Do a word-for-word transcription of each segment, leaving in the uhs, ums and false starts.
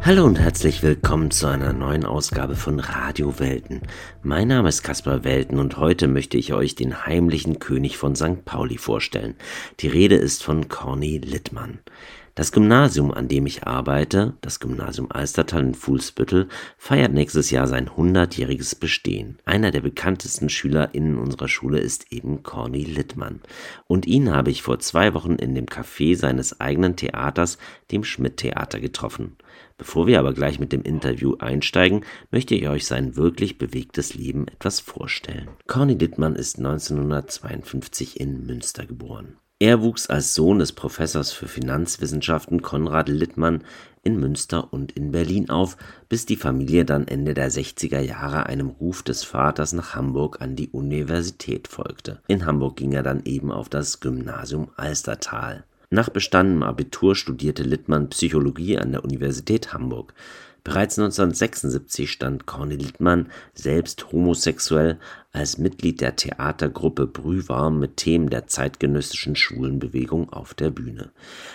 Hallo und herzlich willkommen zu einer neuen Ausgabe von Radio Welten. Mein Name ist Kaspar Welten und heute möchte ich euch den heimlichen König von Sankt Pauli vorstellen. Die Rede ist von Corny Littmann. Das Gymnasium, an dem ich arbeite, das Gymnasium Alstertal in Fuhlsbüttel, feiert nächstes Jahr sein hundertjähriges Bestehen. Einer der bekanntesten SchülerInnen unserer Schule ist eben Corny Littmann. Und ihn habe ich vor zwei Wochen in dem Café seines eigenen Theaters, dem Schmidt-Theater, getroffen. Bevor wir aber gleich mit dem Interview einsteigen, möchte ich euch sein wirklich bewegtes Leben etwas vorstellen. Corny Littmann ist neunzehnhundertzweiundfünfzig in Münster geboren. Er wuchs als Sohn des Professors für Finanzwissenschaften Konrad Littmann in Münster und in Berlin auf, bis die Familie dann Ende der sechziger Jahre einem Ruf des Vaters nach Hamburg an die Universität folgte. In Hamburg ging er dann eben auf das Gymnasium Alstertal. Nach bestandenem Abitur studierte Littmann Psychologie an der Universität Hamburg. Bereits neunzehnhundertsechsundsiebzig stand Corny Littmann, selbst homosexuell, als Mitglied der Theatergruppe Brühwarm mit Themen der zeitgenössischen Schwulenbewegung auf der Bühne.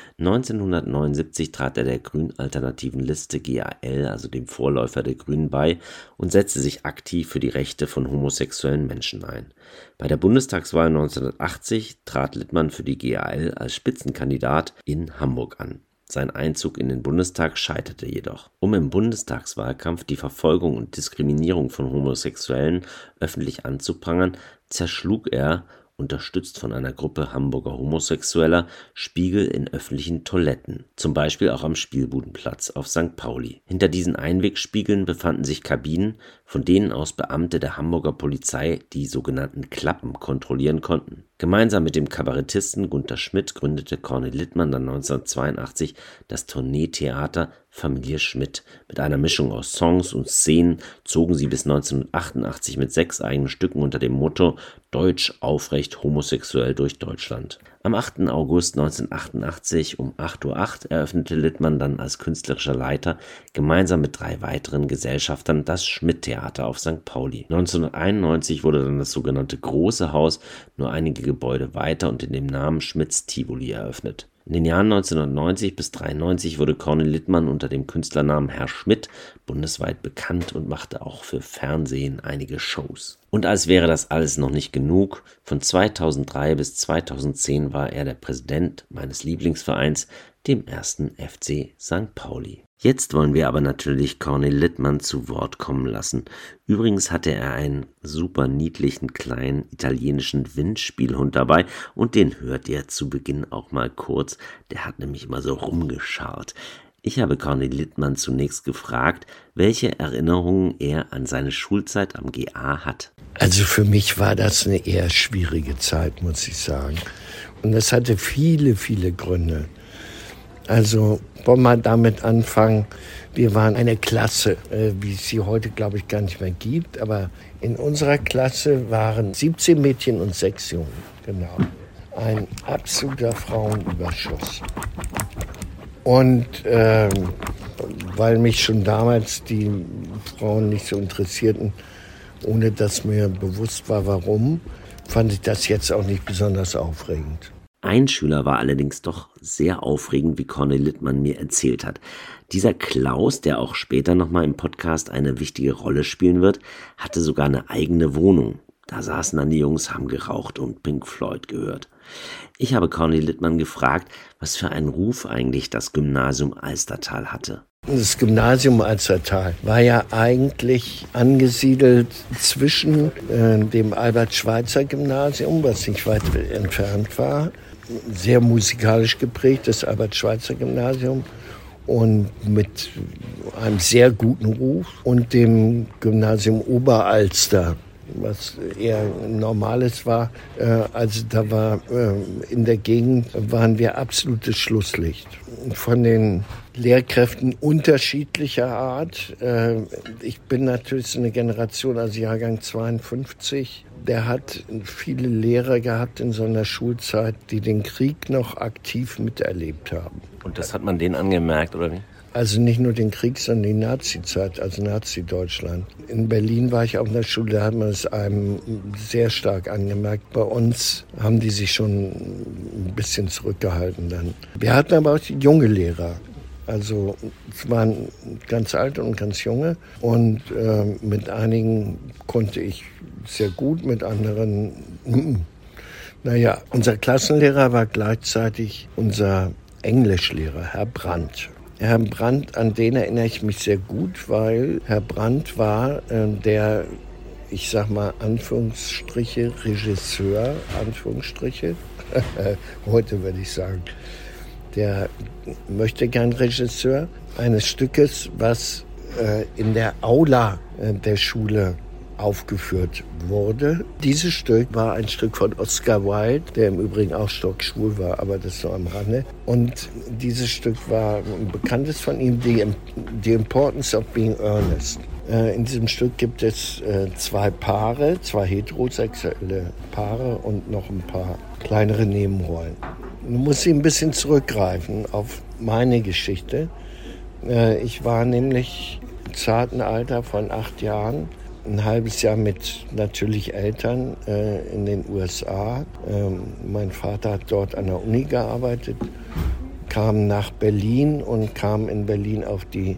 neunzehnhundertneunundsiebzig trat er der grün-alternativen Liste G A L, also dem Vorläufer der Grünen, bei und setzte sich aktiv für die Rechte von homosexuellen Menschen ein. Bei der Bundestagswahl neunzehnhundertachtzig trat Littmann für die G A L als Spitzenkandidat in Hamburg an. Sein Einzug in den Bundestag scheiterte jedoch. Um im Bundestagswahlkampf die Verfolgung und Diskriminierung von Homosexuellen öffentlich anzuprangern, zerschlug er, unterstützt von einer Gruppe Hamburger Homosexueller, Spiegel in öffentlichen Toiletten, zum Beispiel auch am Spielbudenplatz auf Sankt Pauli. Hinter diesen Einwegspiegeln befanden sich Kabinen, von denen aus Beamte der Hamburger Polizei die sogenannten Klappen kontrollieren konnten. Gemeinsam mit dem Kabarettisten Gunter Schmidt gründete Corny Littmann dann neunzehnhundertzweiundachtzig das Tourneetheater Familie Schmidt. Mit einer Mischung aus Songs und Szenen zogen sie bis neunzehnhundertachtundachtzig mit sechs eigenen Stücken unter dem Motto Deutsch aufrecht homosexuell durch Deutschland. Am achten August neunzehnhundertachtundachtzig um acht Uhr acht eröffnete Littmann dann als künstlerischer Leiter gemeinsam mit drei weiteren Gesellschaftern das Schmidt-Theater auf Sankt Pauli. neunzehnhunderteinundneunzig wurde dann das sogenannte Große Haus nur einige Gebäude weiter und in dem Namen Schmidts Tivoli eröffnet. In den Jahren neunzehnhundertneunzig bis dreiundneunzig wurde Corny Littmann unter dem Künstlernamen Herr Schmidt bundesweit bekannt und machte auch für Fernsehen einige Shows. Und als wäre das alles noch nicht genug, von zweitausenddrei bis zweitausendzehn war er der Präsident meines Lieblingsvereins, dem ersten F C Sankt Pauli. Jetzt wollen wir aber natürlich Corny Littmann zu Wort kommen lassen. Übrigens hatte er einen super niedlichen kleinen italienischen Windspielhund dabei und den hört ihr zu Beginn auch mal kurz. Der hat nämlich immer so rumgescharrt. Ich habe Corny Littmann zunächst gefragt, welche Erinnerungen er an seine Schulzeit am G A hat. Also für mich war das eine eher schwierige Zeit, muss ich sagen. Und das hatte viele, viele Gründe. Also wollen wir damit anfangen, wir waren eine Klasse, äh, wie es sie heute, glaube ich, gar nicht mehr gibt. Aber in unserer Klasse waren siebzehn Mädchen und sechs Jungen, genau. Ein absoluter Frauenüberschuss. Und ähm, weil mich schon damals die Frauen nicht so interessierten, ohne dass mir bewusst war, warum, fand ich das jetzt auch nicht besonders aufregend. Ein Schüler war allerdings doch sehr aufregend, wie Corny Littmann mir erzählt hat. Dieser Klaus, der auch später nochmal im Podcast eine wichtige Rolle spielen wird, hatte sogar eine eigene Wohnung. Da saßen dann die Jungs, haben geraucht und Pink Floyd gehört. Ich habe Corny Littmann gefragt, was für einen Ruf eigentlich das Gymnasium Alstertal hatte. Das Gymnasium Alstertal war ja eigentlich angesiedelt zwischen äh, dem Albert-Schweitzer-Gymnasium, was nicht weit entfernt war, sehr musikalisch geprägt, das Albert-Schweitzer-Gymnasium, und mit einem sehr guten Ruf, und dem Gymnasium Oberalster, was eher Normales war. Also da war in der Gegend waren wir absolutes Schlusslicht. Von den Lehrkräften unterschiedlicher Art. Ich bin natürlich so eine Generation, also Jahrgang zweiundfünfzig. Der hat viele Lehrer gehabt in seiner Schulzeit, die den Krieg noch aktiv miterlebt haben. Und das hat man denen angemerkt, oder wie? Also nicht nur den Krieg, sondern die Nazi-Zeit, also Nazi-Deutschland. In Berlin war ich auf einer Schule, da hat man es einem sehr stark angemerkt. Bei uns haben die sich schon ein bisschen zurückgehalten dann. Wir hatten aber auch junge Lehrer. Also es waren ganz alte und ganz junge. Und äh, mit einigen konnte ich sehr gut, mit anderen... Mm, naja, unser Klassenlehrer war gleichzeitig unser Englischlehrer, Herr Brandt. Herr Brandt, an den erinnere ich mich sehr gut, weil Herr Brandt war äh, der, ich sag mal, Anführungsstriche, Regisseur, Anführungsstriche, heute würde ich sagen, der möchte gern Regisseur eines Stückes, was äh, in der Aula äh, der Schule aufgeführt wurde. Dieses Stück war ein Stück von Oscar Wilde, der im Übrigen auch stockschwul war, aber das nur am Rande. Und dieses Stück war ein bekanntes von ihm, The, The Importance of Being Earnest. Äh, in diesem Stück gibt es äh, zwei Paare, zwei heterosexuelle Paare und noch ein paar kleinere Nebenrollen. Du musst ein bisschen zurückgreifen auf meine Geschichte. Äh, ich war nämlich im zarten Alter von acht Jahren ein halbes Jahr mit natürlich Eltern äh, in den U S A. Ähm, mein Vater hat dort an der Uni gearbeitet, kam nach Berlin und kam in Berlin auf die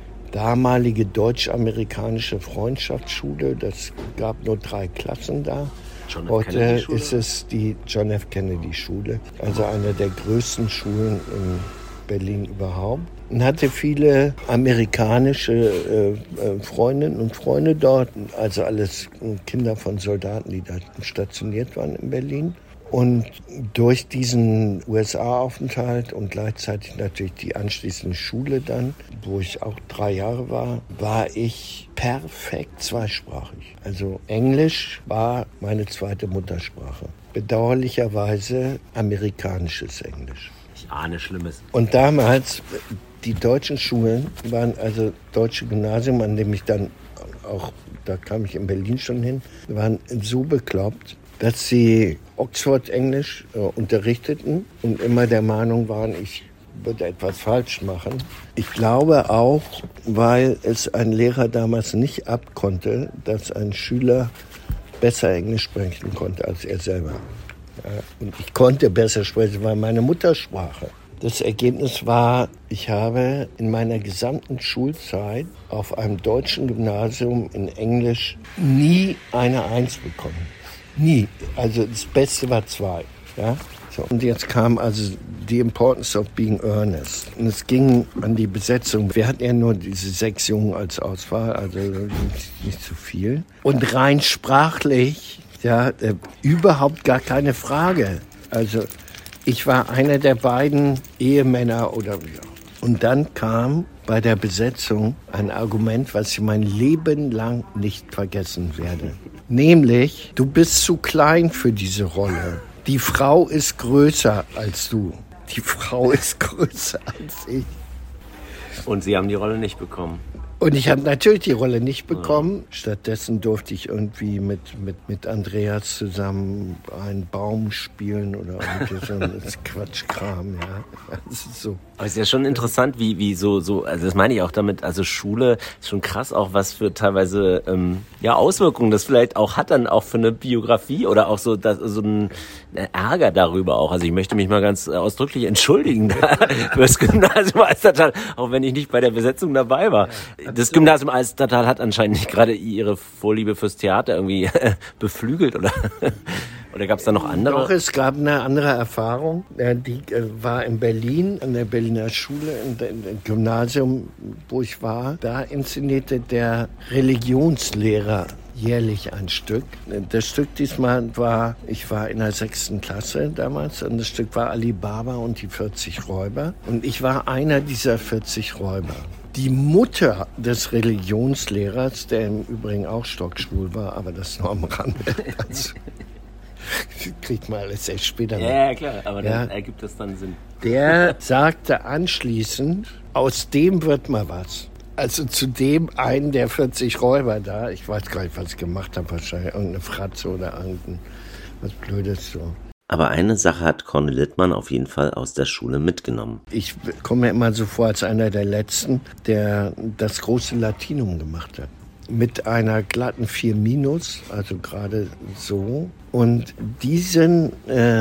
damalige deutsch-amerikanische Freundschaftsschule. Das gab nur drei Klassen da. John F. Heute Kennedy Schule? Ist es die John F. Kennedy Schule, also eine der größten Schulen in Berlin überhaupt. Und hatte viele amerikanische äh, äh, Freundinnen und Freunde dort, also alles Kinder von Soldaten, die da stationiert waren in Berlin. Und durch diesen U S A-Aufenthalt und gleichzeitig natürlich die anschließende Schule dann, wo ich auch drei Jahre war, war ich perfekt zweisprachig. Also Englisch war meine zweite Muttersprache. Bedauerlicherweise amerikanisches Englisch. Ich ahne Schlimmes. Und damals, die deutschen Schulen waren also deutsche Gymnasium, an dem ich dann auch, da kam ich in Berlin schon hin, waren so bekloppt, dass sie Oxford-Englisch äh, unterrichteten und immer der Meinung waren, ich würde etwas falsch machen. Ich glaube auch, weil es ein Lehrer damals nicht abkonnte, dass ein Schüler besser Englisch sprechen konnte als er selber. Ja, und ich konnte besser sprechen, weil meine Muttersprache. Das Ergebnis war, ich habe in meiner gesamten Schulzeit auf einem deutschen Gymnasium in Englisch nie eine Eins bekommen. Nie. Also das Beste war zwei. Ja? So, und jetzt kam also The Importance of Being Earnest. Und es ging an die Besetzung. Wir hatten ja nur diese sechs Jungen als Auswahl, also nicht, nicht so viel. Und rein sprachlich, ja, äh, überhaupt gar keine Frage. Also ich war einer der beiden Ehemänner oder ja. Und dann kam bei der Besetzung ein Argument, was ich mein Leben lang nicht vergessen werde. Nämlich, du bist zu klein für diese Rolle. Die Frau ist größer als du. Die Frau ist größer als ich. Und Sie haben die Rolle nicht bekommen? Und ich habe natürlich die Rolle nicht bekommen. Stattdessen durfte ich irgendwie mit, mit, mit Andreas zusammen einen Baum spielen oder irgendwie so ein Quatschkram, ja. Das ist so. Aber es ist ja schon interessant, wie, wie so, so, also das meine ich auch damit, also Schule ist schon krass auch, was für teilweise, ähm, ja, Auswirkungen das vielleicht auch hat dann auch für eine Biografie oder auch so, das, so ein Ärger darüber auch. Also ich möchte mich mal ganz ausdrücklich entschuldigen für das Gymnasium Alstertal, auch wenn ich nicht bei der Besetzung dabei war. Das Gymnasium Alstertal hat anscheinend nicht gerade ihre Vorliebe fürs Theater irgendwie beflügelt, oder? Oder gab es da noch andere? Doch, es gab eine andere Erfahrung. Die war in Berlin, an der Berliner Schule, im Gymnasium, wo ich war. Da inszenierte der Religionslehrer jährlich ein Stück. Das Stück diesmal war, ich war in der sechsten Klasse damals, und das Stück war Ali Baba und die vierzig Räuber. Und ich war einer dieser vierzig Räuber. Die Mutter des Religionslehrers, der im Übrigen auch stockschwul war, aber das nur am Rande. Also, kriegt man alles erst später. Ja, ja, klar, aber dann ja, ergibt das dann Sinn. Der sagte anschließend, aus dem wird mal was. Also zu dem einen der vierzig Räuber da, ich weiß gar nicht, was ich gemacht habe, wahrscheinlich irgendeine Fratze oder irgendein was Blödes so. Aber eine Sache hat Corny Littmann auf jeden Fall aus der Schule mitgenommen. Ich komme mir immer so vor als einer der Letzten, der das große Latinum gemacht hat. Mit einer glatten vier minus, also gerade so. Und diesen äh,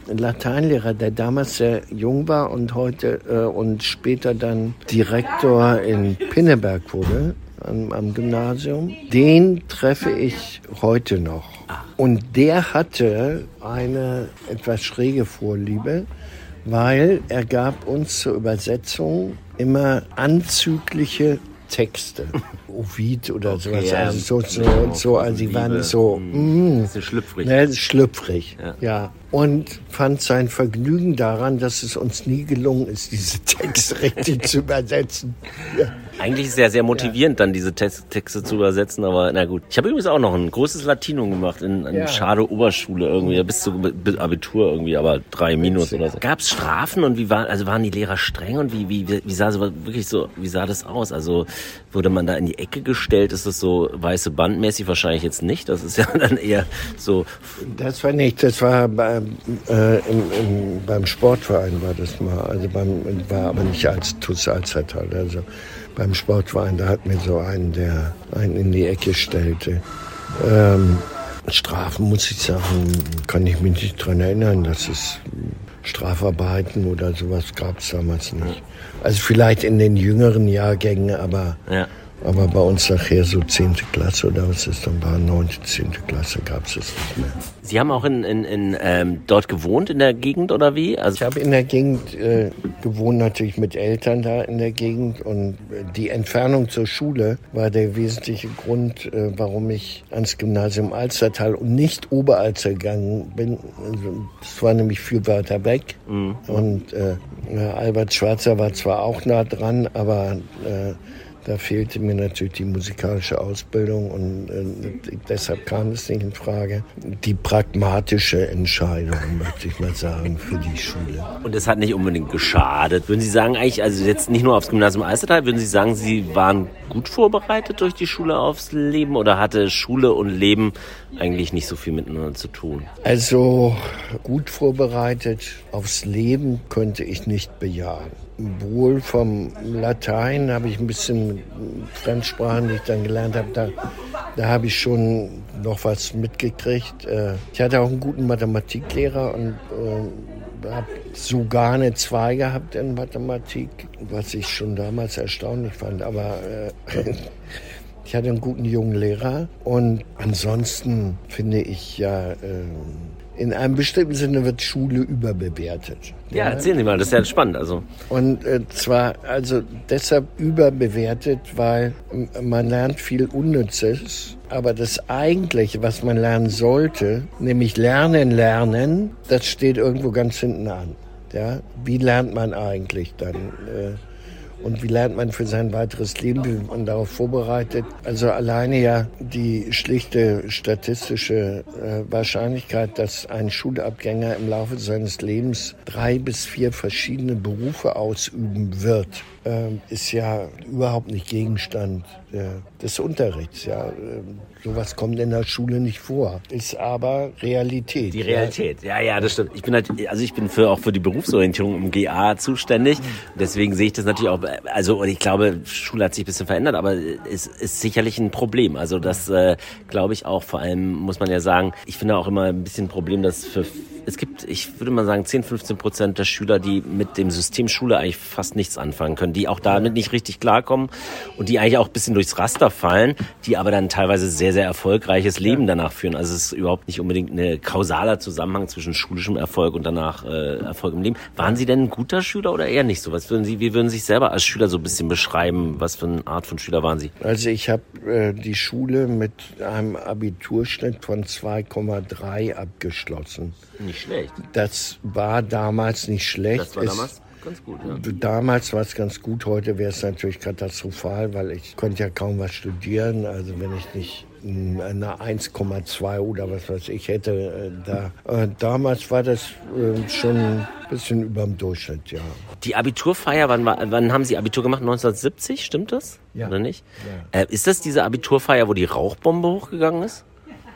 Lateinlehrer, der damals sehr jung war und heute äh, und später dann Direktor in Pinneberg wurde, am, am Gymnasium, den treffe ich heute noch. Und der hatte eine etwas schräge Vorliebe, weil er gab uns zur Übersetzung immer anzügliche Texte. Ovid oder okay, sowas. Ja. Also so, so, ja, so, also die waren so, mm, das ist schlüpfrig. Ne, schlüpfrig, ja. ja. Und fand sein Vergnügen daran, dass es uns nie gelungen ist, diese Texte richtig zu übersetzen. Ja. Eigentlich ist es ja sehr motivierend, ja. dann diese Text- Texte zu übersetzen, aber na gut. Ich habe übrigens auch noch ein großes Latinum gemacht in einer ja. Schade Oberschule irgendwie, bis zu bis Abitur irgendwie, aber drei Minus oder so. Gab es Strafen und wie war, also waren die Lehrer streng und wie wie wie sah so wirklich so, wie sah das aus? Also wurde man da in die Ecke gestellt? Ist das so weiße Bandmäßig? Wahrscheinlich jetzt nicht. Das ist ja dann eher so. Das war nicht. Das war beim äh, im, im, beim Sportverein war das mal. Also beim war aber nicht als T U S Alzertal. Also beim Sportverein, da hat mir so einen, der einen in die Ecke stellte. Ähm, Strafen, muss ich sagen, kann ich mich nicht dran erinnern, dass es Strafarbeiten oder sowas gab es damals nicht. Also vielleicht in den jüngeren Jahrgängen, aber, ja. aber bei uns nachher so zehnte Klasse oder was es dann war, neunte, zehnte Klasse gab es es nicht mehr. Sie haben auch in, in, in ähm, dort gewohnt, in der Gegend oder wie? Also ich habe in der Gegend äh, gewohnt, natürlich mit Eltern da in der Gegend, und die Entfernung zur Schule war der wesentliche Grund, äh, warum ich ans Gymnasium Alzertal und nicht Oberalzer gegangen bin. Also, das war nämlich viel weiter weg. Mhm. Und äh, Albert Schweitzer war zwar auch nah dran, aber äh, da fehlte mir natürlich die musikalische Ausbildung, und äh, deshalb kam es nicht in Frage. Die pragmatische Entscheidung, möchte ich mal sagen, für die Schule. Und es hat nicht unbedingt geschadet. Würden Sie sagen, eigentlich, also jetzt nicht nur aufs Gymnasium Alzertal, würden Sie sagen, Sie waren gut vorbereitet durch die Schule aufs Leben, oder hatte Schule und Leben eigentlich nicht so viel miteinander zu tun? Also gut vorbereitet aufs Leben könnte ich nicht bejahen. Wohl vom Latein habe ich ein bisschen Fremdsprachen, die ich dann gelernt habe, da, da habe ich schon noch was mitgekriegt. Ich hatte auch einen guten Mathematiklehrer und äh, habe sogar eine zwei gehabt in Mathematik, was ich schon damals erstaunlich fand. Aber äh, ich hatte einen guten jungen Lehrer, und ansonsten finde ich ja, äh, in einem bestimmten Sinne wird Schule überbewertet. Ja, erzählen Sie mal, das ist ja spannend. Also. Und äh, zwar also deshalb überbewertet, weil man lernt viel Unnützes, aber das Eigentliche, was man lernen sollte, nämlich lernen, lernen, das steht irgendwo ganz hinten an. Ja? Wie lernt man eigentlich dann? Äh, Und wie lernt man für sein weiteres Leben, wie wird man darauf vorbereitet? Also alleine ja die schlichte statistische äh, Wahrscheinlichkeit, dass ein Schulabgänger im Laufe seines Lebens drei bis vier verschiedene Berufe ausüben wird, äh, ist ja überhaupt nicht Gegenstand äh, des Unterrichts. Ja. Äh, sowas kommt in der Schule nicht vor, ist aber Realität. Die Realität, ja, ja, das stimmt. Ich bin halt, also ich bin für, auch für die Berufsorientierung im G A zuständig. Deswegen sehe ich das natürlich auch, also, und ich glaube, Schule hat sich ein bisschen verändert, aber es ist sicherlich ein Problem. Also das äh, glaube ich auch. Vor allem muss man ja sagen, ich finde auch immer ein bisschen ein Problem, dass für es gibt, ich würde mal sagen, zehn, fünfzehn Prozent der Schüler, die mit dem System Schule eigentlich fast nichts anfangen können, die auch damit nicht richtig klarkommen und die eigentlich auch ein bisschen durchs Raster fallen, die aber dann teilweise sehr, sehr erfolgreiches Leben danach führen. Also es ist überhaupt nicht unbedingt ein kausaler Zusammenhang zwischen schulischem Erfolg und danach äh, Erfolg im Leben. Waren Sie denn ein guter Schüler oder eher nicht so? Was würden Sie, wie würden Sie sich selber als Schüler so ein bisschen beschreiben? Was für eine Art von Schüler waren Sie? Also ich habe äh, die Schule mit einem Abiturschnitt von zwei Komma drei abgeschlossen. Nicht schlecht. Das war damals nicht schlecht. Das war damals es, ganz gut, ja. Damals war es ganz gut, heute wäre es natürlich katastrophal, weil ich konnte ja kaum was studieren. Also wenn ich nicht eine eins Komma zwei oder was weiß ich hätte, da. Äh, damals war das äh, schon ein bisschen über dem Durchschnitt, ja. Die Abiturfeier, wann, wann haben Sie Abitur gemacht? neunzehnhundertsiebzig, stimmt das? Ja. Oder nicht? Ja. Äh, ist das diese Abiturfeier, wo die Rauchbombe hochgegangen ist?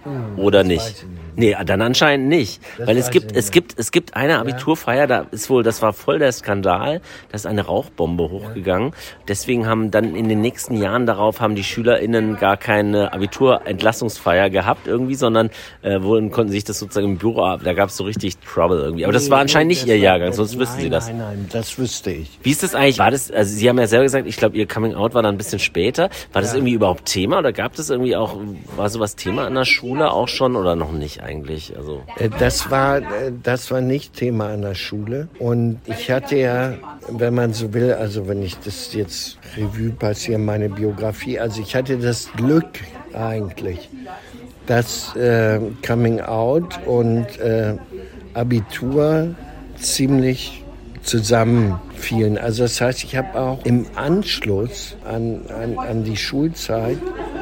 Oder nicht? Nee, dann anscheinend nicht. Das Weil es weiß gibt, ich es nicht. gibt, es gibt eine Abiturfeier, da ist wohl, das war voll der Skandal, da ist eine Rauchbombe hochgegangen. Deswegen haben dann in den nächsten Jahren darauf haben die SchülerInnen gar keine Abiturentlassungsfeier gehabt irgendwie, sondern äh, wurden, konnten sich das sozusagen im Büro ab. Da gab es so richtig Trouble irgendwie. Aber das war anscheinend nicht ihr Jahrgang, sonst nein, wüssten sie das. Nein, nein, das wüsste ich. Wie ist das eigentlich? War das, also Sie haben ja selber gesagt, ich glaube, Ihr Coming Out war dann ein bisschen später. War das Ja. irgendwie überhaupt Thema oder gab es irgendwie auch, war sowas Thema an der Schule auch schon oder noch nicht eigentlich? Also Äh, Das war, äh, das war nicht Thema an der Schule. Und ich hatte ja, wenn man so will, also wenn ich das jetzt Revue passiere, meine Biografie, also ich hatte das Glück eigentlich, dass äh, Coming Out und äh, Abitur ziemlich zusammenfielen. Also das heißt, ich habe auch im Anschluss an, an, an die Schulzeit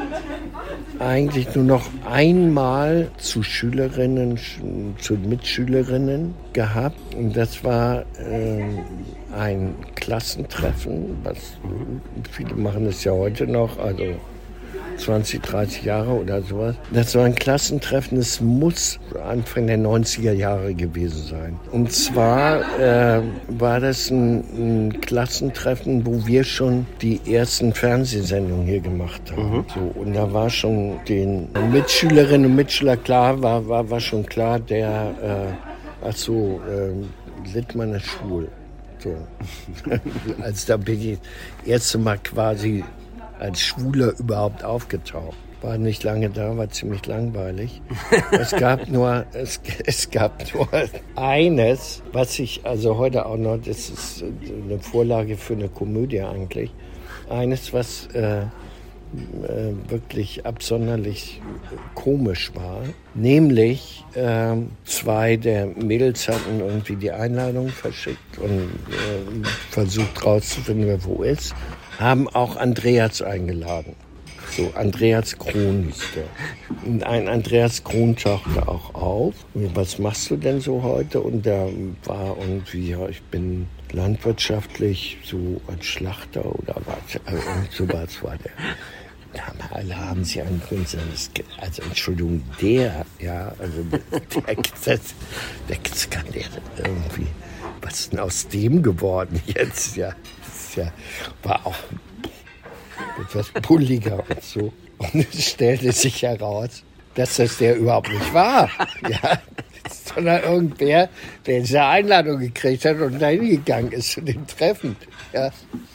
eigentlich nur noch einmal zu Schülerinnen, zu Mitschülerinnen gehabt. Und das war äh, ein Klassentreffen, was viele machen es ja heute noch, also zwanzig, dreißig Jahre oder sowas. Das war ein Klassentreffen, es muss Anfang der neunziger Jahre gewesen sein. Und zwar äh, war das ein, ein Klassentreffen, wo wir schon die ersten Fernsehsendungen hier gemacht haben. Mhm. So, und da war schon den Mitschülerinnen und Mitschülern klar, war, war, war schon klar, der, äh, ach so, äh, Littmann ist schwul. So. Also da bin ich das erste Mal quasi als Schwuler überhaupt aufgetaucht. War nicht lange da, war ziemlich langweilig. Es gab nur, es, es gab nur eines, was ich also heute auch noch, das ist eine Vorlage für eine Komödie eigentlich, eines, was äh, äh, wirklich absonderlich komisch war. Nämlich äh, zwei der Mädels hatten irgendwie die Einladung verschickt und äh, versucht rauszufinden, wer wo ist. Haben auch Andreas eingeladen. So, Andreas Kron hieß der. Und ein Andreas Kron tauchte auch auf. Was machst du denn so heute? Und der war irgendwie, ja, ich bin landwirtschaftlich so als Schlachter oder was. Und sowas war der. Ja, alle haben sie einen Grund. Also, Entschuldigung, der, ja, also, der, der, der kann der irgendwie, was ist denn aus dem geworden jetzt, ja? Ja, war auch etwas bulliger und so. Und es stellte sich heraus, dass das der überhaupt nicht war. Ja, sondern irgendwer, der diese Einladung gekriegt hat und dahin gegangen ist zu dem Treffen. Ja,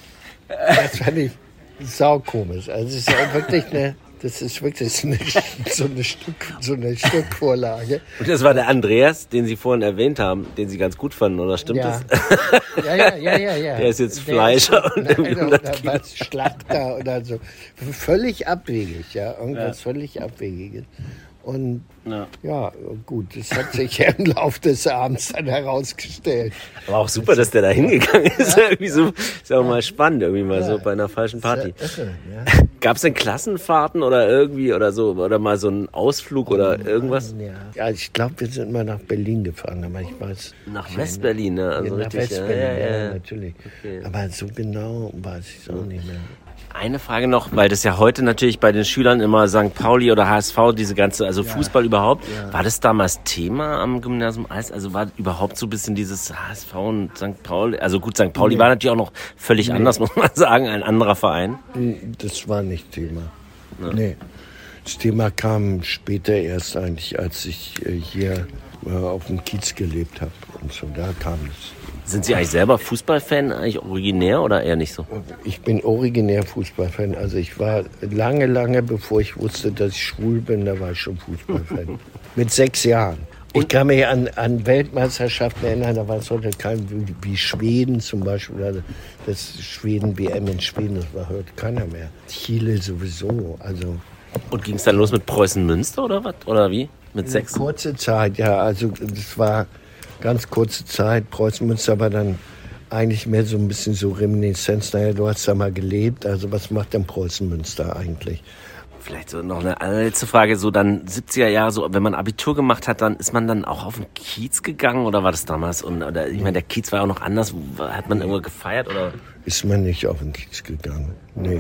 das fand ich saukomisch. Also es ist auch wirklich eine, das ist wirklich eine, so, eine Stück, so eine Stückvorlage. Und das war der Andreas, den Sie vorhin erwähnt haben, den Sie ganz gut fanden, oder stimmt ja. das? Ja, ja, ja, ja, ja. Der ist jetzt Der Fleischer ist, und nein, irgendwie oder, hundert Kilo. was, Schlachter oder so. Völlig abwegig, ja. Irgendwas Ja. völlig Abwegiges. Und Ja. ja, gut, das hat sich ja im Laufe des Abends dann herausgestellt. Aber auch super, dass der da hingegangen ist. Ja. Irgendwie so, ist ja auch mal spannend, irgendwie mal Ja. so bei einer falschen Party. Ja, ja. Gab es denn Klassenfahrten oder irgendwie oder so? Oder mal so einen Ausflug oder irgendwas? Ja, ja, ich glaube, wir sind mal nach Berlin gefahren, aber ich weiß. Nach West-Berlin, ne? Also ja, nach richtig, West-Berlin, ja, ja, ja, ja. natürlich. Okay. Aber so genau weiß ich es auch nicht mehr. Eine Frage noch, weil das ja heute natürlich bei den Schülern immer Sankt Pauli oder H S V, diese ganze, also Fußball überhaupt. Ja. War das damals Thema am Gymnasium Eis? Also war überhaupt so ein bisschen dieses H S V und Sankt Pauli? Also gut, Sankt Pauli Nee. war natürlich auch noch völlig Nee. anders, muss man sagen, ein anderer Verein. Das war nicht Thema. Ja. Nee. Das Thema kam später erst eigentlich, als ich äh, hier äh, auf dem Kiez gelebt habe. Und so, da kam es. Sind Sie eigentlich selber Fußballfan, eigentlich originär oder eher nicht so? Ich bin originär Fußballfan. Also ich war lange, lange, bevor ich wusste, dass ich schwul bin, da war ich schon Fußballfan. Mit sechs Jahren. Ich kann mich an, an Weltmeisterschaften erinnern, da war es heute kein, wie, wie Schweden zum Beispiel, also das Schweden-W M in Schweden, das war heute keiner mehr. Chile sowieso, also... Und ging es dann los mit Preußen-Münster oder was? Oder wie? Mit Eine sechs? kurze Zeit, ja, also das war ganz kurze Zeit. Preußen-Münster war dann eigentlich mehr so ein bisschen so Reminiszenz. Naja, du hast da mal gelebt, also was macht denn Preußen-Münster eigentlich? Vielleicht so noch eine letzte Frage, so dann siebziger Jahre, so wenn man Abitur gemacht hat, dann ist man dann auch auf den Kiez gegangen oder war das damals? Und, oder, ich meine, der Kiez war auch noch anders, hat man irgendwo gefeiert oder? Ist man nicht auf den Kiez gegangen, nee.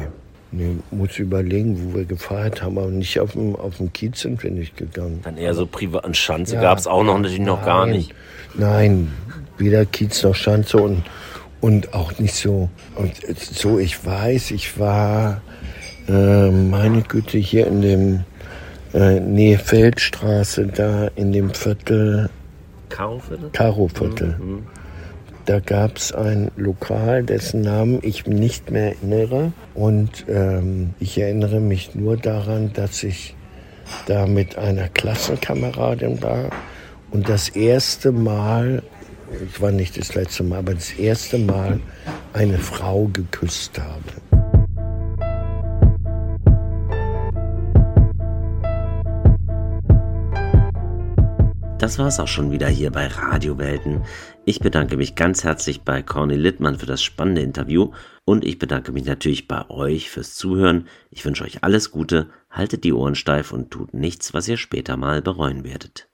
Nee, muss überlegen, wo wir gefeiert haben, aber nicht auf dem, auf dem Kiez sind wir nicht gegangen. Dann eher so privat. Und Schanze Ja, gab es auch noch natürlich noch nein, gar nicht. Nein, weder Kiez noch Schanze und, und auch nicht so. Und so, ich weiß, ich war, äh, meine Güte, hier in dem äh, Nähe Feldstraße, da in dem Viertel. Karo-Viertel? Karo-Viertel. Mhm. Da gab es ein Lokal, dessen Namen ich nicht mehr erinnere. Und ähm, ich erinnere mich nur daran, dass ich da mit einer Klassenkameradin war und das erste Mal, es war nicht das letzte Mal, aber das erste Mal eine Frau geküsst habe. Das war's auch schon wieder hier bei Radiowelten. Ich bedanke mich ganz herzlich bei Corny Littmann für das spannende Interview und ich bedanke mich natürlich bei euch fürs Zuhören. Ich wünsche euch alles Gute, haltet die Ohren steif und tut nichts, was ihr später mal bereuen werdet.